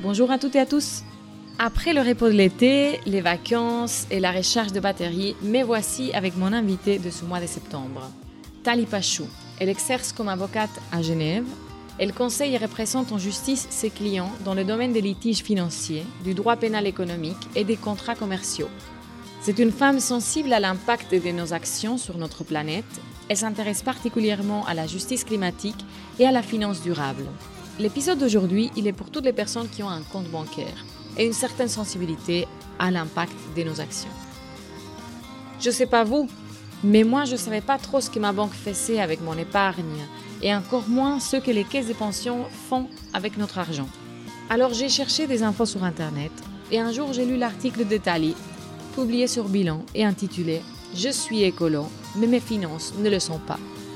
Bonjour à toutes et à tous. Après le repos de l'été, les vacances et la recharge de batterie, me voici avec mon invitée de ce mois de septembre, Tali Pachou. Elle exerce comme avocate à Genève. Elle conseille et représente en justice ses clients dans le domaine des litiges financiers, du droit pénal économique et des contrats commerciaux. C'est une femme sensible à l'impact de nos actions sur notre planète. Elle s'intéresse particulièrement à la justice climatique et à la finance durable. L'épisode d'aujourd'hui, il est pour toutes les personnes qui ont un compte bancaire et une certaine sensibilité à l'impact de nos actions. Je ne sais pas vous, mais moi je ne savais pas trop ce que ma banque faisait avec mon épargne et encore moins ce que les caisses de pension font avec notre argent. Alors j'ai cherché des infos sur Internet et un jour j'ai lu l'article de Tali, publié sur Bilan et intitulé « Je suis écolo, mais mes finances ne le sont pas ».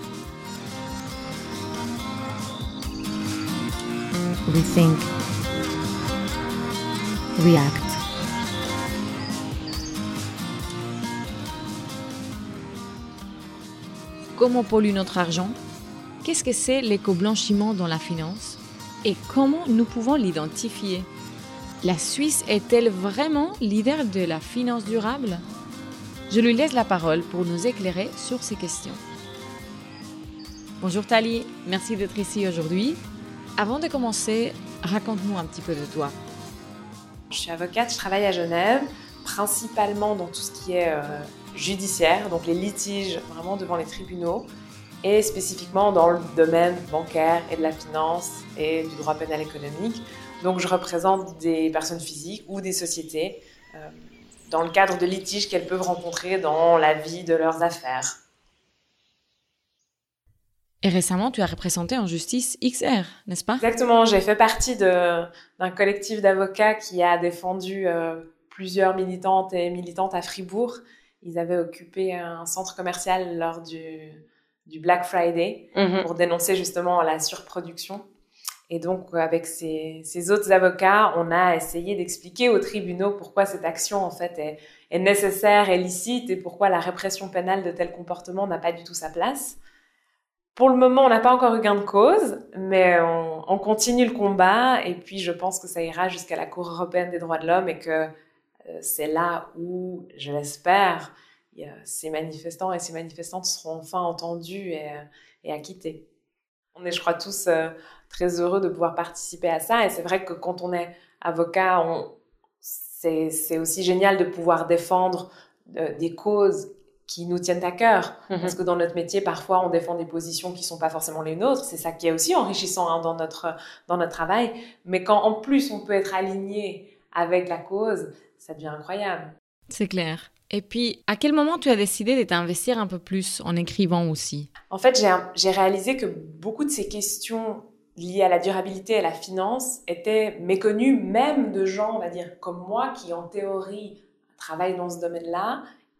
Rethink. React. Comment pollue notre argent? Qu'est-ce que c'est l'éco-blanchiment dans la finance? Et comment nous pouvons l'identifier? La Suisse est-elle vraiment leader de la finance durable? Je lui laisse la parole pour nous éclairer sur ces questions. Bonjour Tali, merci d'être ici aujourd'hui. Avant de commencer, raconte-nous un petit peu de toi. Je suis avocate, je travaille à Genève, principalement dans tout ce qui est judiciaire, donc les litiges vraiment devant les tribunaux, et spécifiquement dans le domaine bancaire et de la finance et du droit pénal économique. Donc je représente des personnes physiques ou des sociétés dans le cadre de litiges qu'elles peuvent rencontrer dans la vie de leurs affaires. Et récemment, tu as représenté en justice XR, n'est-ce pas? Exactement, j'ai fait partie d'un collectif d'avocats qui a défendu plusieurs militantes et militantes à Fribourg. Ils avaient occupé un centre commercial lors du Black Friday pour dénoncer justement la surproduction. Et donc, avec ces autres avocats, on a essayé d'expliquer aux tribunaux pourquoi cette action, en fait, est nécessaire et licite et pourquoi la répression pénale de tels comportements n'a pas du tout sa place. Pour le moment, on n'a pas encore eu gain de cause, mais on continue le combat et puis je pense que ça ira jusqu'à la Cour européenne des droits de l'homme et que c'est là où, je l'espère, ces manifestants et ces manifestantes seront enfin entendus et acquittés. On est, je crois, tous très heureux de pouvoir participer à ça et c'est vrai que quand on est avocat, c'est aussi génial de pouvoir défendre des causes qui nous tiennent à cœur, parce que dans notre métier, parfois, on défend des positions qui sont pas forcément les nôtres. C'est ça qui est aussi enrichissant dans notre travail. Mais quand, en plus, on peut être aligné avec la cause, ça devient incroyable. C'est clair. Et puis, à quel moment tu as décidé de t'investir un peu plus en écrivant aussi? En fait, j'ai réalisé que beaucoup de ces questions liées à la durabilité et à la finance étaient méconnues, même de gens, on va dire, comme moi, qui, en théorie, travaillent dans ce domaine-là,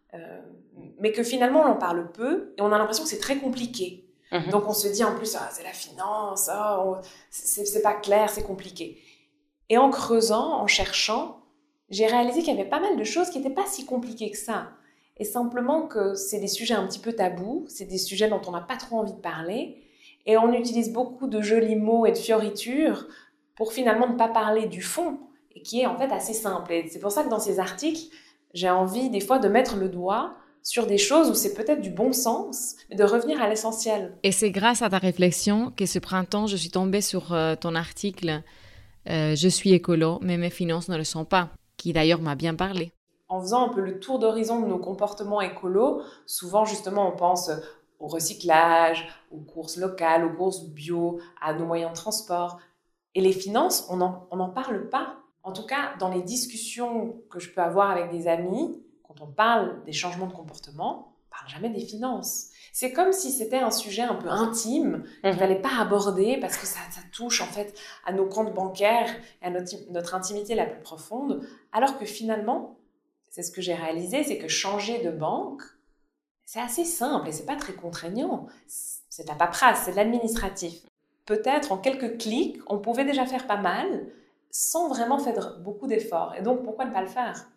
mais que finalement on en parle peu et on a l'impression que c'est très compliqué. Donc on se dit en plus c'est la finance, c'est pas clair, c'est compliqué. Et en creusant, en cherchant, j'ai réalisé qu'il y avait pas mal de choses qui n'étaient pas si compliquées que ça. Et simplement que c'est des sujets un petit peu tabous, c'est des sujets dont on n'a pas trop envie de parler et on utilise beaucoup de jolis mots et de fioritures pour finalement ne pas parler du fond et qui est en fait assez simple. Et c'est pour ça que dans ces articles, j'ai envie des fois de mettre le doigt sur des choses où c'est peut-être du bon sens, mais de revenir à l'essentiel. Et c'est grâce à ta réflexion que ce printemps, je suis tombée sur ton article « Je suis écolo, mais mes finances ne le sont pas », qui d'ailleurs m'a bien parlé. En faisant un peu le tour d'horizon de nos comportements écolos, souvent justement on pense au recyclage, aux courses locales, aux courses bio, à nos moyens de transport. Et les finances, on n'en parle pas. En tout cas, dans les discussions que je peux avoir avec des amis, quand on parle des changements de comportement, on ne parle jamais des finances. C'est comme si c'était un sujet un peu intime qu'il ne fallait pas aborder parce que ça touche en fait à nos comptes bancaires et à notre intimité la plus profonde. Alors que finalement, c'est ce que j'ai réalisé, c'est que changer de banque, c'est assez simple et c'est pas très contraignant. C'est de la paperasse, c'est de l'administratif. Peut-être en quelques clics, on pouvait déjà faire pas mal sans vraiment faire beaucoup d'efforts. Et donc, pourquoi ne pas le faire?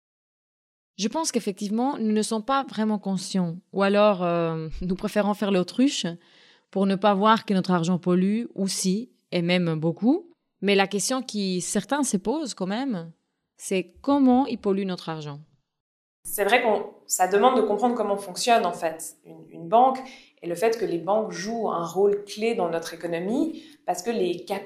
Je pense qu'effectivement, nous ne sommes pas vraiment conscients. Ou alors, nous préférons faire l'autruche pour ne pas voir que notre argent pollue aussi, et même beaucoup. Mais la question qui certains se posent quand même, c'est comment ils polluent notre argent. C'est vrai que ça demande de comprendre comment fonctionne en fait une banque et le fait que les banques jouent un rôle clé dans notre économie parce que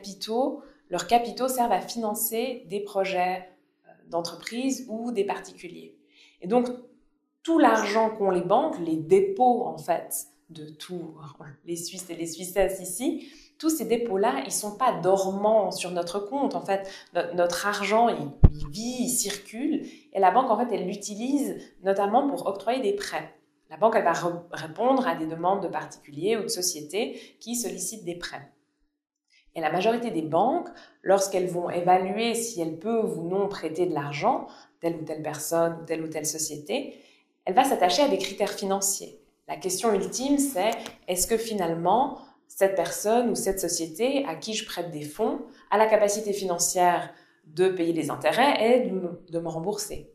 leurs capitaux servent à financer des projets d'entreprise ou des particuliers. Et donc, tout l'argent qu'ont les banques, les dépôts en fait de tous les Suisses et les Suissesses ici, tous ces dépôts-là, ils ne sont pas dormants sur notre compte. En fait, notre argent, il vit, il circule. Et la banque, en fait, elle l'utilise notamment pour octroyer des prêts. La banque, elle va répondre à des demandes de particuliers ou de sociétés qui sollicitent des prêts. Et la majorité des banques, lorsqu'elles vont évaluer si elles peuvent ou non prêter de l'argent, telle ou telle personne ou telle société, elle va s'attacher à des critères financiers. La question ultime, c'est est-ce que finalement, cette personne ou cette société à qui je prête des fonds a la capacité financière de payer les intérêts et de me rembourser.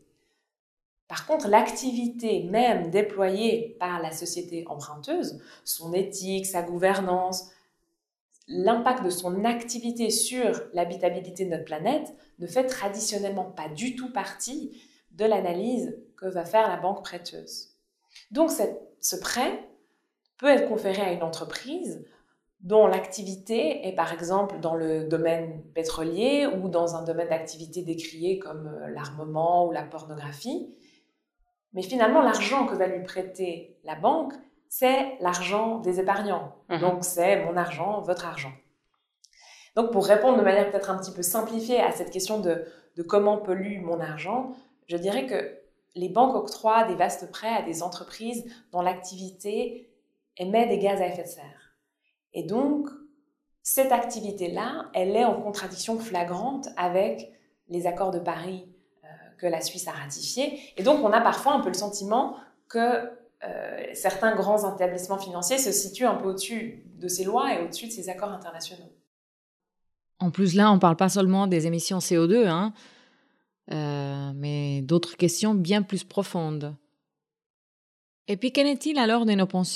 Par contre, l'activité même déployée par la société emprunteuse, son éthique, sa gouvernance, l'impact de son activité sur l'habitabilité de notre planète ne fait traditionnellement pas du tout partie de l'analyse que va faire la banque prêteuse. Donc, ce prêt peut être conféré à une entreprise dont l'activité est par exemple dans le domaine pétrolier ou dans un domaine d'activité décrié comme l'armement ou la pornographie. Mais finalement, l'argent que va lui prêter la banque, c'est l'argent des épargnants. Donc, c'est mon argent, votre argent. Donc, pour répondre de manière peut-être un petit peu simplifiée à cette question de comment pollue mon argent, je dirais que les banques octroient des vastes prêts à des entreprises dont l'activité émet des gaz à effet de serre. Et donc, cette activité-là, elle est en contradiction flagrante avec les accords de Paris que la Suisse a ratifiés. Et donc, on a parfois un peu le sentiment que certains grands établissements financiers se situent un peu au-dessus de ces lois et au-dessus de ces accords internationaux. En plus, là, on ne parle pas seulement des émissions CO2, mais d'autres questions bien plus profondes. Et puis, qu'en est-il alors de nos pensions ?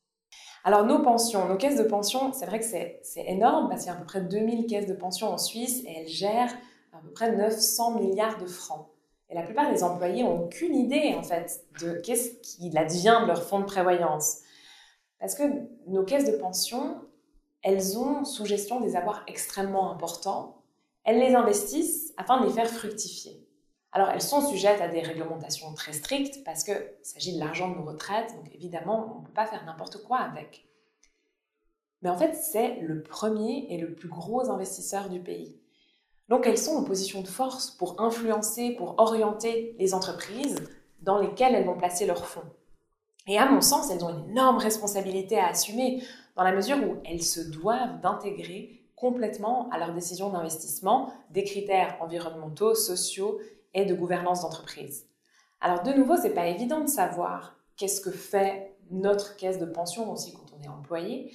Alors, nos pensions, nos caisses de pension, c'est vrai que c'est énorme parce qu'il y a à peu près 2000 caisses de pension en Suisse et elles gèrent à peu près 900 milliards de francs. Et la plupart des employés n'ont aucune idée, en fait, de qu'est-ce qu'il advient de leur fonds de prévoyance. Parce que nos caisses de pension, elles ont sous gestion des avoirs extrêmement importants. Elles les investissent afin de les faire fructifier. Alors, elles sont sujettes à des réglementations très strictes parce qu'il s'agit de l'argent de nos retraites, donc évidemment, on ne peut pas faire n'importe quoi avec. Mais en fait, c'est le premier et le plus gros investisseur du pays. Donc, elles sont en position de force pour influencer, pour orienter les entreprises dans lesquelles elles vont placer leurs fonds. Et à mon sens, elles ont une énorme responsabilité à assumer dans la mesure où elles se doivent d'intégrer complètement à leurs décisions d'investissement des critères environnementaux, sociaux et de gouvernance d'entreprise. Alors de nouveau, c'est pas évident de savoir qu'est-ce que fait notre caisse de pension aussi quand on est employé.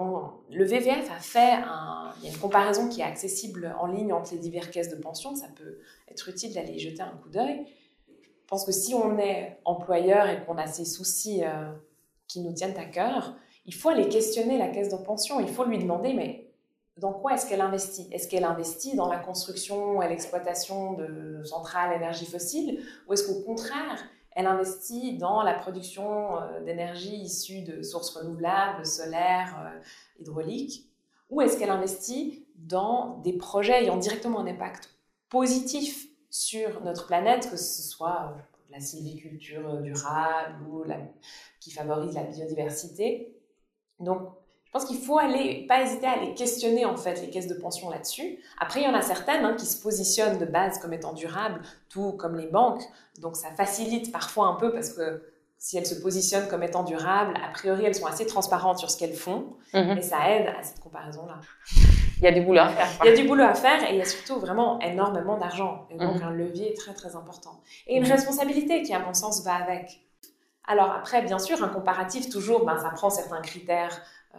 Le VVF a fait il y a une comparaison qui est accessible en ligne entre les diverses caisses de pension. Ça peut être utile d'aller y jeter un coup d'œil. Je pense que si on est employeur et qu'on a ces soucis qui nous tiennent à cœur, il faut aller questionner la caisse de pension. Il faut lui demander, mais dans quoi est-ce qu'elle investit ? Est-ce qu'elle investit dans la construction et l'exploitation de centrales à énergie fossile ? Ou est-ce qu'au contraire, elle investit dans la production d'énergie issue de sources renouvelables, solaires, hydrauliques ? Ou est-ce qu'elle investit dans des projets ayant directement un impact positif sur notre planète, que ce soit la sylviculture durable ou qui favorise la biodiversité ? Donc, je pense qu'il faut pas hésiter à aller questionner en fait les caisses de pension là-dessus. Après, il y en a certaines qui se positionnent de base comme étant durables, tout comme les banques. Donc, ça facilite parfois un peu parce que si elles se positionnent comme étant durables, a priori, elles sont assez transparentes sur ce qu'elles font. Et ça aide à cette comparaison-là. Il y a du boulot à faire. Il y a du boulot à faire et il y a surtout vraiment énormément d'argent. Et donc, un levier très, très important. Et une responsabilité qui, à mon sens, va avec. Alors après, bien sûr, un comparatif, toujours, ça prend certains critères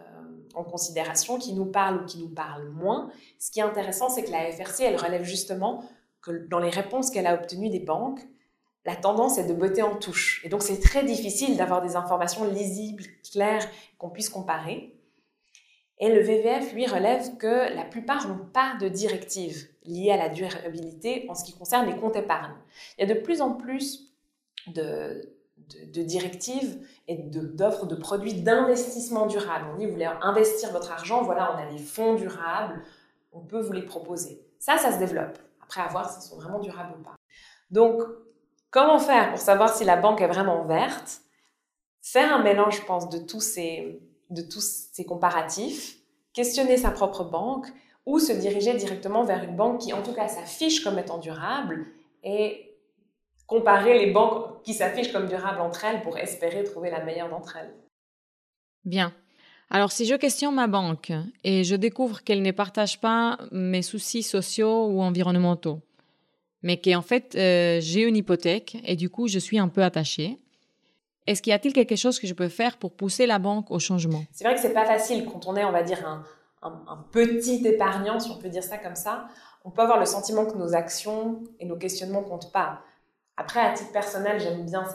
en considération qui nous parlent ou qui nous parlent moins. Ce qui est intéressant, c'est que la FRC, elle relève justement que dans les réponses qu'elle a obtenues des banques, la tendance est de botter en touche. Et donc, c'est très difficile d'avoir des informations lisibles, claires, qu'on puisse comparer. Et le VVF, lui, relève que la plupart n'ont pas de directive liée à la durabilité en ce qui concerne les comptes épargne. Il y a de plus en plus de directives et d'offres de produits d'investissement durable. On dit, vous voulez investir votre argent, voilà, on a des fonds durables, on peut vous les proposer. Ça se développe. Après, à voir s'ils sont vraiment durables ou pas. Donc, comment faire pour savoir si la banque est vraiment verte? Faire un mélange, je pense, de tous ces comparatifs, questionner sa propre banque ou se diriger directement vers une banque qui, en tout cas, s'affiche comme étant durable et comparer les banques qui s'affichent comme durables entre elles pour espérer trouver la meilleure d'entre elles. Bien. Alors, si je questionne ma banque et je découvre qu'elle ne partage pas mes soucis sociaux ou environnementaux, mais qu'en fait, j'ai une hypothèque et du coup, je suis un peu attachée, est-ce qu'il y a-t-il quelque chose que je peux faire pour pousser la banque au changement? C'est vrai que c'est pas facile quand on est, on va dire, un petit épargnant, si on peut dire ça comme ça. On peut avoir le sentiment que nos actions et nos questionnements comptent pas. Après, à titre personnel, j'aime bien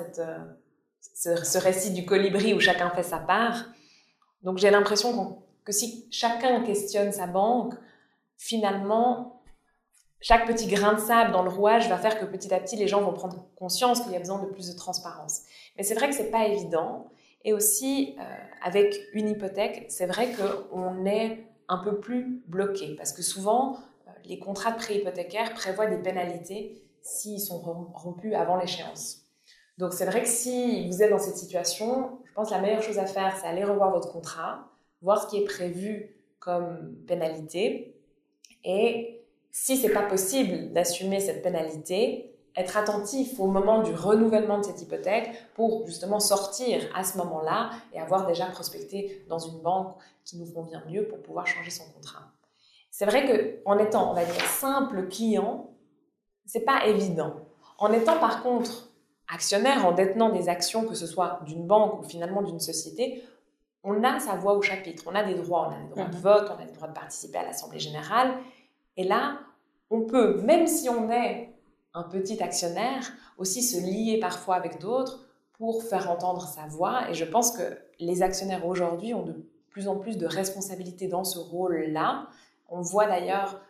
ce récit du colibri où chacun fait sa part. Donc, j'ai l'impression que si chacun questionne sa banque, finalement, chaque petit grain de sable dans le rouage va faire que petit à petit, les gens vont prendre conscience qu'il y a besoin de plus de transparence. Mais c'est vrai que c'est pas évident. Et aussi, avec une hypothèque, c'est vrai qu'on est un peu plus bloqué. Parce que souvent, les contrats de prêt hypothécaire prévoient des pénalités s'ils sont rompus avant l'échéance. Donc, c'est vrai que si vous êtes dans cette situation, je pense que la meilleure chose à faire, c'est aller revoir votre contrat, voir ce qui est prévu comme pénalité. Et si ce n'est pas possible d'assumer cette pénalité, être attentif au moment du renouvellement de cette hypothèque pour justement sortir à ce moment-là et avoir déjà prospecté dans une banque qui nous convient mieux pour pouvoir changer son contrat. C'est vrai qu'en étant, on va dire, simple client, c'est pas évident. En étant par contre actionnaire, en détenant des actions, que ce soit d'une banque ou finalement d'une société, on a sa voix au chapitre, on a des droits, on a des droits de vote, on a des droits de participer à l'Assemblée générale. Et là, on peut, même si on est un petit actionnaire, aussi se lier parfois avec d'autres pour faire entendre sa voix. Et je pense que les actionnaires aujourd'hui ont de plus en plus de responsabilités dans ce rôle-là. On voit d'ailleurs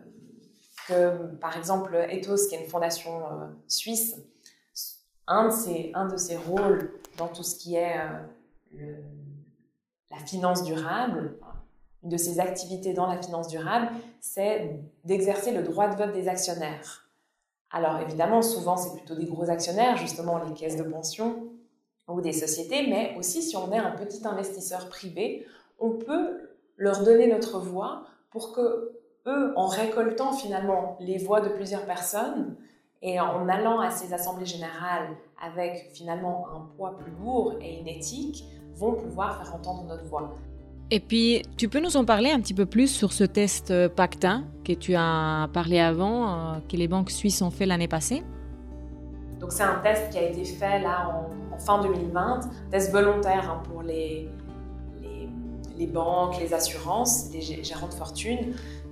que, par exemple, Ethos, qui est une fondation suisse, un de ses rôles dans tout ce qui est la finance durable, une de ses activités dans la finance durable, c'est d'exercer le droit de vote des actionnaires. Alors évidemment, souvent c'est plutôt des gros actionnaires, justement les caisses de pension ou des sociétés, mais aussi si on est un petit investisseur privé, on peut leur donner notre voix pour que eux, en récoltant finalement les voix de plusieurs personnes et en allant à ces assemblées générales avec finalement un poids plus lourd et une éthique, vont pouvoir faire entendre notre voix. Et puis, tu peux nous en parler un petit peu plus sur ce test PACTA que tu as parlé avant, que les banques suisses ont fait l'année passée? Donc c'est un test qui a été fait là en fin 2020, test volontaire pour les banques, les assurances, les gérants de fortune,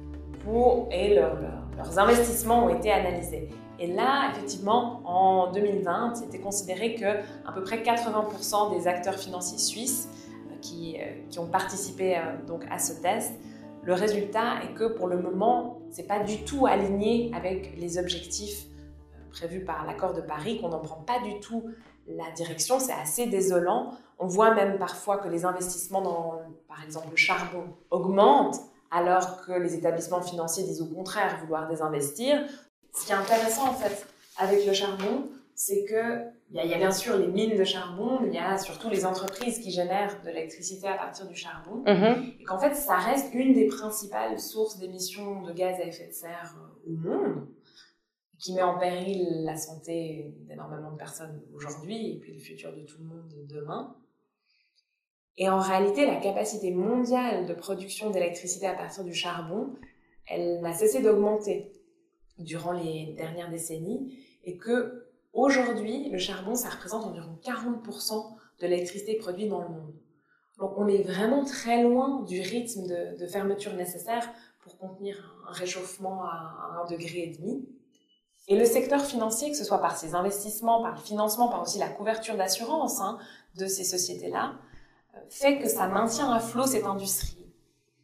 leurs investissements ont été analysés. Et là, effectivement, en 2020, c'était considéré qu'à peu près 80% des acteurs financiers suisses qui ont participé donc à ce test, le résultat est que pour le moment, ce n'est pas du tout aligné avec les objectifs prévus par l'accord de Paris, qu'on n'en prend pas du tout la direction, c'est assez désolant. On voit même parfois que les investissements dans, par exemple, le charbon augmentent, alors que les établissements financiers disent au contraire vouloir désinvestir. Ce qui est intéressant en fait avec le charbon, c'est qu'il y a bien sûr les mines de charbon, mais il y a surtout les entreprises qui génèrent de l'électricité à partir du charbon. Et qu'en fait, ça reste une des principales sources d'émissions de gaz à effet de serre au monde, qui met en péril la santé d'énormément de personnes aujourd'hui et puis le futur de tout le monde demain. Et en réalité, la capacité mondiale de production d'électricité à partir du charbon, elle n'a cessé d'augmenter durant les dernières décennies et que aujourd'hui, le charbon, ça représente environ 40% de l'électricité produite dans le monde. Donc on est vraiment très loin du rythme de fermeture nécessaire pour contenir un réchauffement à 1,5 degré. Et le secteur financier, que ce soit par ses investissements, par le financement, par aussi la couverture d'assurance de ces sociétés-là, fait que ça maintient à flot cette industrie.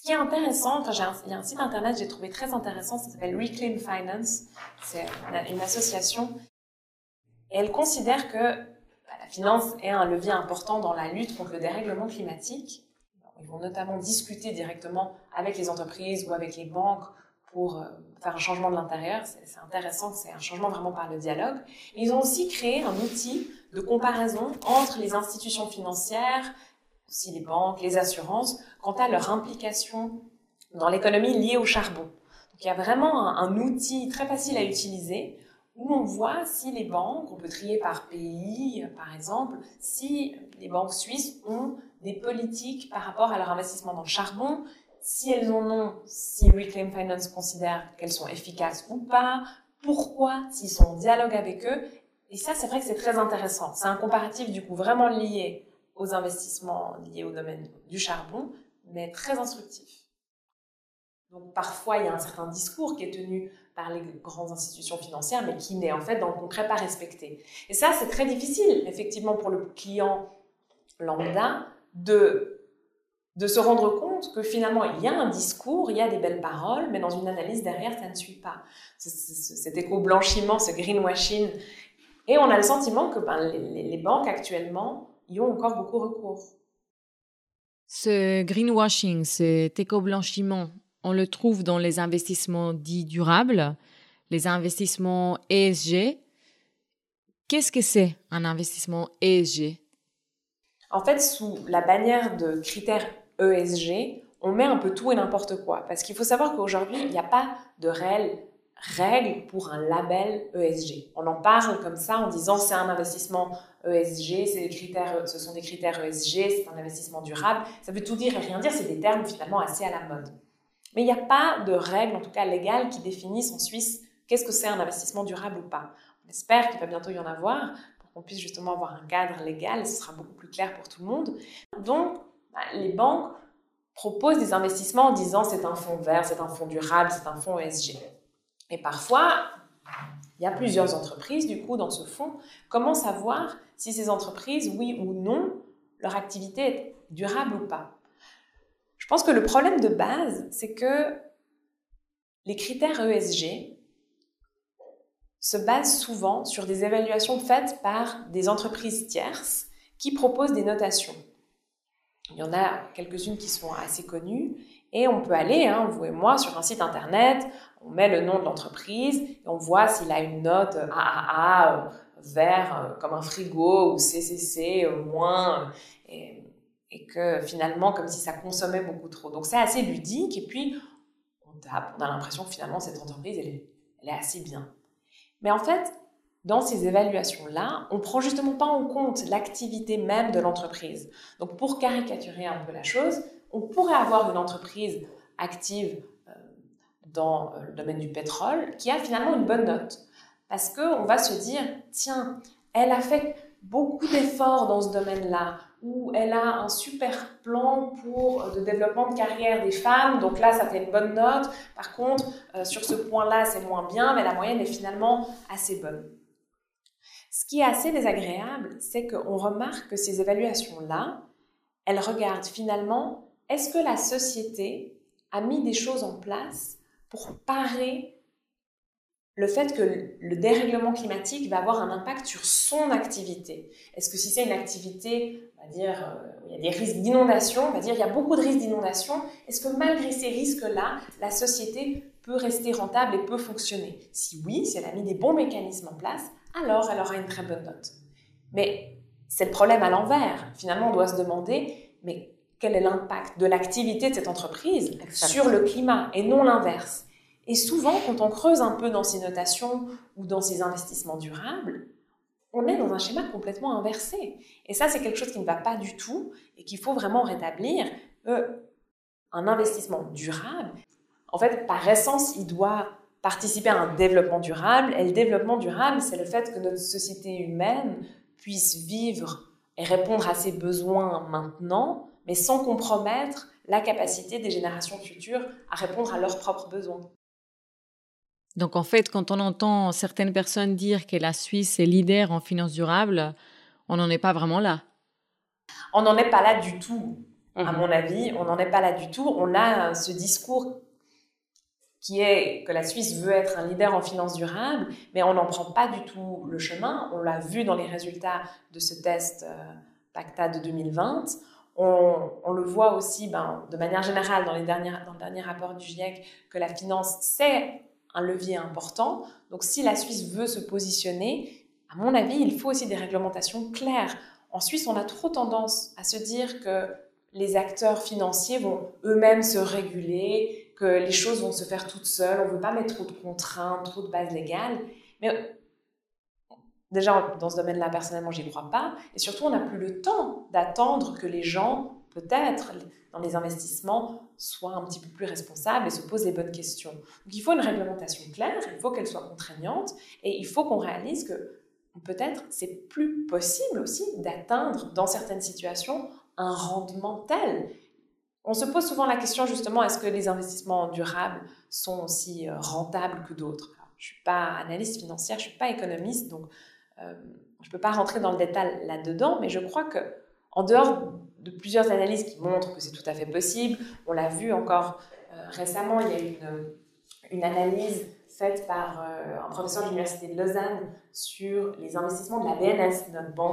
qui est intéressant, il y a un site internet que j'ai trouvé très intéressant, ça s'appelle Reclaim Finance. C'est une association. Et elle considère que la finance est un levier important dans la lutte contre le dérèglement climatique. Ils vont notamment discuter directement avec les entreprises ou avec les banques pour faire un changement de l'intérieur. C'est intéressant, c'est un changement vraiment par le dialogue. Et ils ont aussi créé un outil de comparaison entre les institutions financières, aussi les banques, les assurances, quant à leur implication dans l'économie liée au charbon. Donc il y a vraiment un outil très facile à utiliser où on voit si les banques, on peut trier par pays par exemple, si les banques suisses ont des politiques par rapport à leur investissement dans le charbon, si elles en ont, si Reclaim Finance considère qu'elles sont efficaces ou pas, pourquoi, s'ils sont en dialogue avec eux. Et ça, c'est vrai que c'est très intéressant. C'est un comparatif du coup vraiment lié aux investissements liés au domaine du charbon, mais très instructif. Donc parfois, il y a un certain discours qui est tenu par les grandes institutions financières, mais qui n'est en fait dans le concret pas respecté. Et ça, c'est très difficile, effectivement, pour le client lambda, de se rendre compte que finalement, il y a un discours, il y a des belles paroles, mais dans une analyse derrière, ça ne suit pas. Cet éco-blanchiment, ce greenwashing. Et on a le sentiment que les banques actuellement y ont encore beaucoup recours. Ce greenwashing, cet éco-blanchiment, on le trouve dans les investissements dits durables, les investissements ESG. Qu'est-ce que c'est un investissement ESG ? En fait, sous la bannière de critères ESG, on met un peu tout et n'importe quoi. Parce qu'il faut savoir qu'aujourd'hui, il n'y a pas de réelles règles pour un label ESG. On en parle comme ça en disant c'est un investissement ESG, ce sont des critères ESG, c'est un investissement durable. Ça veut tout dire et rien dire, c'est des termes finalement assez à la mode. Mais il n'y a pas de règles, en tout cas légales, qui définissent en Suisse qu'est-ce que c'est un investissement durable ou pas. On espère qu'il va bientôt y en avoir pour qu'on puisse justement avoir un cadre légal et ce sera beaucoup plus clair pour tout le monde. Donc, les banques proposent des investissements en disant c'est un fonds vert, c'est un fonds durable, c'est un fonds ESG. Et parfois, il y a plusieurs entreprises, du coup, dans ce fonds. Comment savoir si ces entreprises, oui ou non, leur activité est durable ou pas ? Je pense que le problème de base, c'est que les critères ESG se basent souvent sur des évaluations faites par des entreprises tierces qui proposent des notations. Il y en a quelques-unes qui sont assez connues et on peut aller, vous et moi, sur un site internet, on met le nom de l'entreprise et on voit s'il a une note AAA, vert comme un frigo ou CCC moins et que finalement, comme si ça consommait beaucoup trop. Donc c'est assez ludique et puis on a l'impression que finalement cette entreprise, elle est assez bien. Mais en fait, dans ces évaluations-là, on ne prend justement pas en compte l'activité même de l'entreprise. Donc pour caricaturer un peu la chose, on pourrait avoir une entreprise active dans le domaine du pétrole qui a finalement une bonne note. Parce qu'on va se dire, tiens, elle a fait beaucoup d'efforts dans ce domaine-là, ou elle a un super plan de développement de carrière des femmes, donc là, ça fait une bonne note. Par contre, sur ce point-là, c'est moins bien, mais la moyenne est finalement assez bonne. Ce qui est assez désagréable, c'est qu'on remarque que ces évaluations-là, elles regardent finalement, est-ce que la société a mis des choses en place pour parer le fait que le dérèglement climatique va avoir un impact sur son activité. Est-ce que si c'est une activité, on va dire, il y a des risques d'inondation, on va dire, il y a beaucoup de risques d'inondation, est-ce que malgré ces risques-là, la société peut rester rentable et peut fonctionner ? Si oui, si elle a mis des bons mécanismes en place, alors elle aura une très bonne note. Mais c'est le problème à l'envers. Finalement, on doit se demander, mais quel est l'impact de l'activité de cette entreprise sur le climat et non l'inverse ? Et souvent, quand on creuse un peu dans ces notations ou dans ces investissements durables, on est dans un schéma complètement inversé. Et ça, c'est quelque chose qui ne va pas du tout et qu'il faut vraiment rétablir. Un investissement durable, en fait, par essence, il doit participer à un développement durable. Et le développement durable, c'est le fait que notre société humaine puisse vivre et répondre à ses besoins maintenant, mais sans compromettre la capacité des générations futures à répondre à leurs propres besoins. Donc en fait, quand on entend certaines personnes dire que la Suisse est leader en finance durable, on n'en est pas vraiment là. On n'en est pas là du tout. À mon avis, on n'en est pas là du tout. On a ce discours qui est que la Suisse veut être un leader en finances durables, mais on n'en prend pas du tout le chemin. On l'a vu dans les résultats de ce test PACTA de 2020. On le voit aussi de manière générale dans le dernier rapport du GIEC que la finance, c'est un levier important. Donc si la Suisse veut se positionner, à mon avis, il faut aussi des réglementations claires. En Suisse, on a trop tendance à se dire que les acteurs financiers vont eux-mêmes se réguler, que les choses vont se faire toutes seules, on ne veut pas mettre trop de contraintes, trop de bases légales. Mais déjà, dans ce domaine-là, personnellement, je n'y crois pas. Et surtout, on n'a plus le temps d'attendre que les gens, peut-être, dans les investissements, soient un petit peu plus responsables et se posent les bonnes questions. Donc, il faut une réglementation claire, il faut qu'elle soit contraignante, et il faut qu'on réalise que peut-être c'est plus possible aussi d'atteindre, dans certaines situations, un rendement tel. On se pose souvent la question, justement, est-ce que les investissements durables sont aussi rentables que d'autres? Je ne suis pas analyste financière, je ne suis pas économiste, donc je ne peux pas rentrer dans le détail là-dedans, mais je crois qu'en dehors de plusieurs analyses qui montrent que c'est tout à fait possible, on l'a vu encore récemment, il y a eu une analyse faite par un professeur de l'Université de Lausanne sur les investissements de la BNS,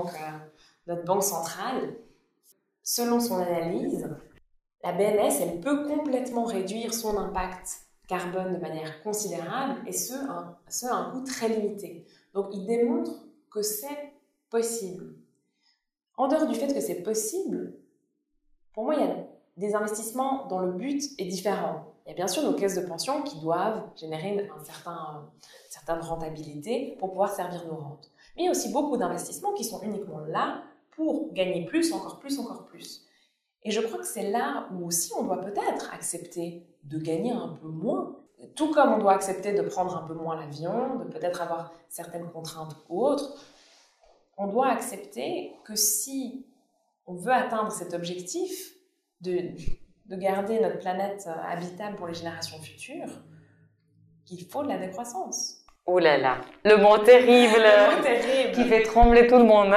notre banque centrale. Selon son analyse, la BNS, elle peut complètement réduire son impact carbone de manière considérable et ce à un coût très limité. Donc, il démontre que c'est possible. En dehors du fait que c'est possible, pour moi, il y a des investissements dont le but est différent. Il y a bien sûr nos caisses de pension qui doivent générer une certaine rentabilité pour pouvoir servir nos rentes. Mais il y a aussi beaucoup d'investissements qui sont uniquement là pour gagner plus, encore plus, encore plus. Et je crois que c'est là où aussi on doit peut-être accepter de gagner un peu moins. Tout comme on doit accepter de prendre un peu moins l'avion, de peut-être avoir certaines contraintes ou autres, on doit accepter que si on veut atteindre cet objectif de garder notre planète habitable pour les générations futures, qu'il faut de la décroissance. Oh là là, le mot terrible, Le mot terrible qui fait trembler tout le monde.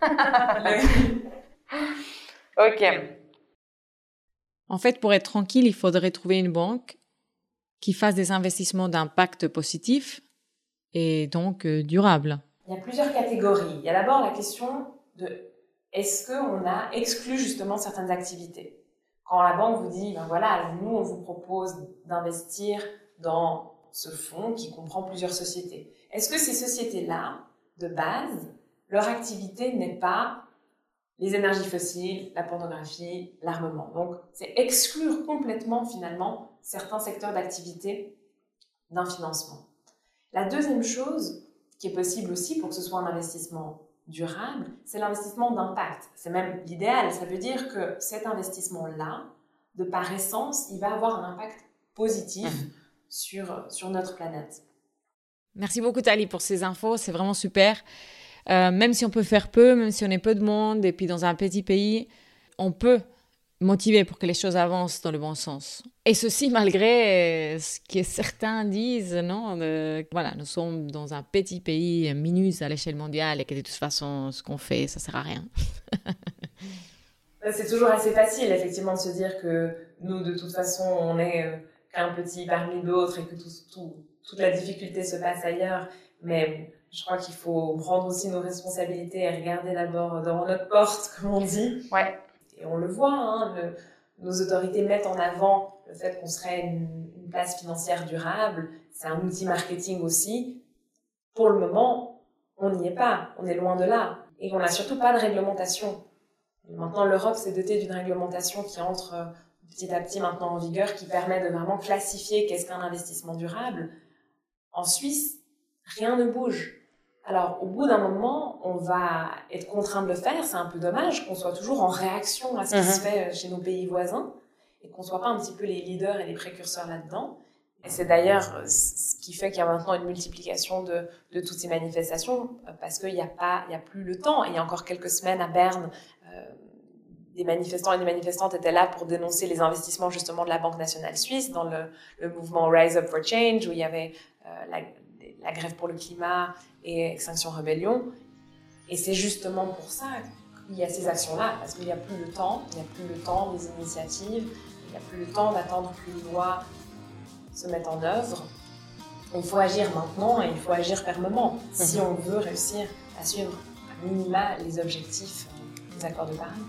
Ok. En fait, pour être tranquille, il faudrait trouver une banque qui fasse des investissements d'impact positif et donc durable. Il y a plusieurs catégories. Il y a d'abord la question de est-ce qu'on a exclu justement certaines activités? Quand la banque vous dit, voilà, nous on vous propose d'investir dans ce fonds qui comprend plusieurs sociétés. Est-ce que ces sociétés-là, de base, leur activité n'est pas les énergies fossiles, la pornographie, l'armement? Donc, c'est exclure complètement, finalement, certains secteurs d'activité d'un financement. La deuxième chose qui est possible aussi pour que ce soit un investissement durable, c'est l'investissement d'impact. C'est même l'idéal. Ça veut dire que cet investissement-là, de par essence, il va avoir un impact positif sur notre planète. Merci beaucoup Thalie pour ces infos, c'est vraiment super. Même si on peut faire peu, même si on est peu de monde et puis dans un petit pays, on peut motiver pour que les choses avancent dans le bon sens. Et ceci malgré ce que certains disent, non, voilà, nous sommes dans un petit pays minus à l'échelle mondiale et que de toute façon, ce qu'on fait, ça sert à rien. C'est toujours assez facile, effectivement, de se dire que nous, de toute façon, on est qu'un petit parmi d'autres et que toute la difficulté se passe ailleurs. Mais je crois qu'il faut prendre aussi nos responsabilités et regarder d'abord devant notre porte, comme on dit. Ouais. Et on le voit, nos autorités mettent en avant le fait qu'on serait une place financière durable. C'est un outil marketing aussi. Pour le moment, on n'y est pas. On est loin de là. Et on n'a surtout pas de réglementation. Maintenant, l'Europe s'est dotée d'une réglementation qui entre petit à petit maintenant en vigueur, qui permet de vraiment classifier qu'est-ce qu'un investissement durable. En Suisse, rien ne bouge. Alors, au bout d'un moment, on va être contraint de le faire. C'est un peu dommage qu'on soit toujours en réaction à ce qui se fait chez nos pays voisins et qu'on ne soit pas un petit peu les leaders et les précurseurs là-dedans. Et c'est d'ailleurs ce qui fait qu'il y a maintenant une multiplication de toutes ces manifestations parce qu'il n'y a plus le temps. Et il y a encore quelques semaines à Berne, des manifestants et des manifestantes étaient là pour dénoncer les investissements justement de la Banque nationale suisse dans le mouvement Rise Up for Change où il y avait la grève pour le climat et Extinction Rebellion. Et c'est justement pour ça il y a ces actions-là, parce qu'il n'y a plus le temps, des initiatives, il n'y a plus le temps d'attendre qu'une loi se mette en œuvre. Il faut agir maintenant et il faut agir fermement si on veut réussir à suivre à minima les objectifs des accords de Paris.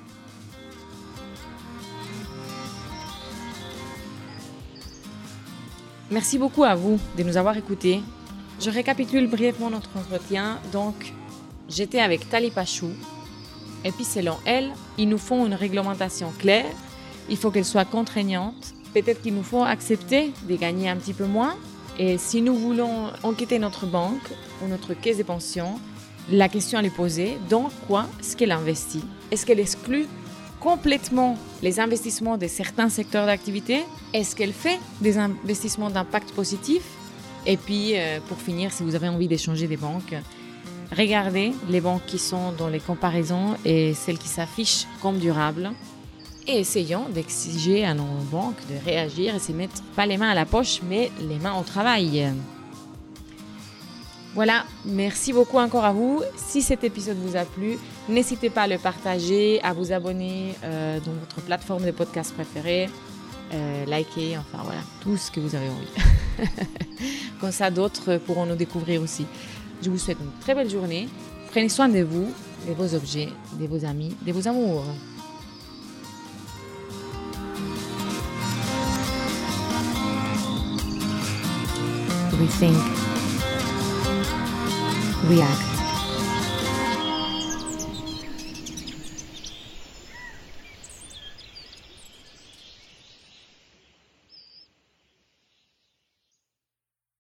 Merci beaucoup à vous de nous avoir écoutés. Je récapitule brièvement notre entretien. Donc, j'étais avec Tali Pachou. Et puis, selon elle, il nous faut une réglementation claire. Il faut qu'elle soit contraignante. Peut-être qu'il nous faut accepter de gagner un petit peu moins. Et si nous voulons enquêter notre banque ou notre caisse de pension, la question à lui poser, dans quoi est-ce qu'elle investit? Est-ce qu'elle exclut complètement les investissements de certains secteurs d'activité? Est-ce qu'elle fait des investissements d'impact positif? Et puis, pour finir, si vous avez envie d'échanger des banques, regardez les banques qui sont dans les comparaisons et celles qui s'affichent comme durables. Et essayons d'exiger à nos banques de réagir et de se mettre pas les mains à la poche, mais les mains au travail. Voilà, merci beaucoup encore à vous. Si cet épisode vous a plu, n'hésitez pas à le partager, à vous abonner dans votre plateforme de podcast préférée, liker, enfin voilà, tout ce que vous avez envie. Comme ça, d'autres pourront nous découvrir aussi. Je vous souhaite une très belle journée. Prenez soin de vous, de vos objets, de vos amis, de vos amours. Rethink. React.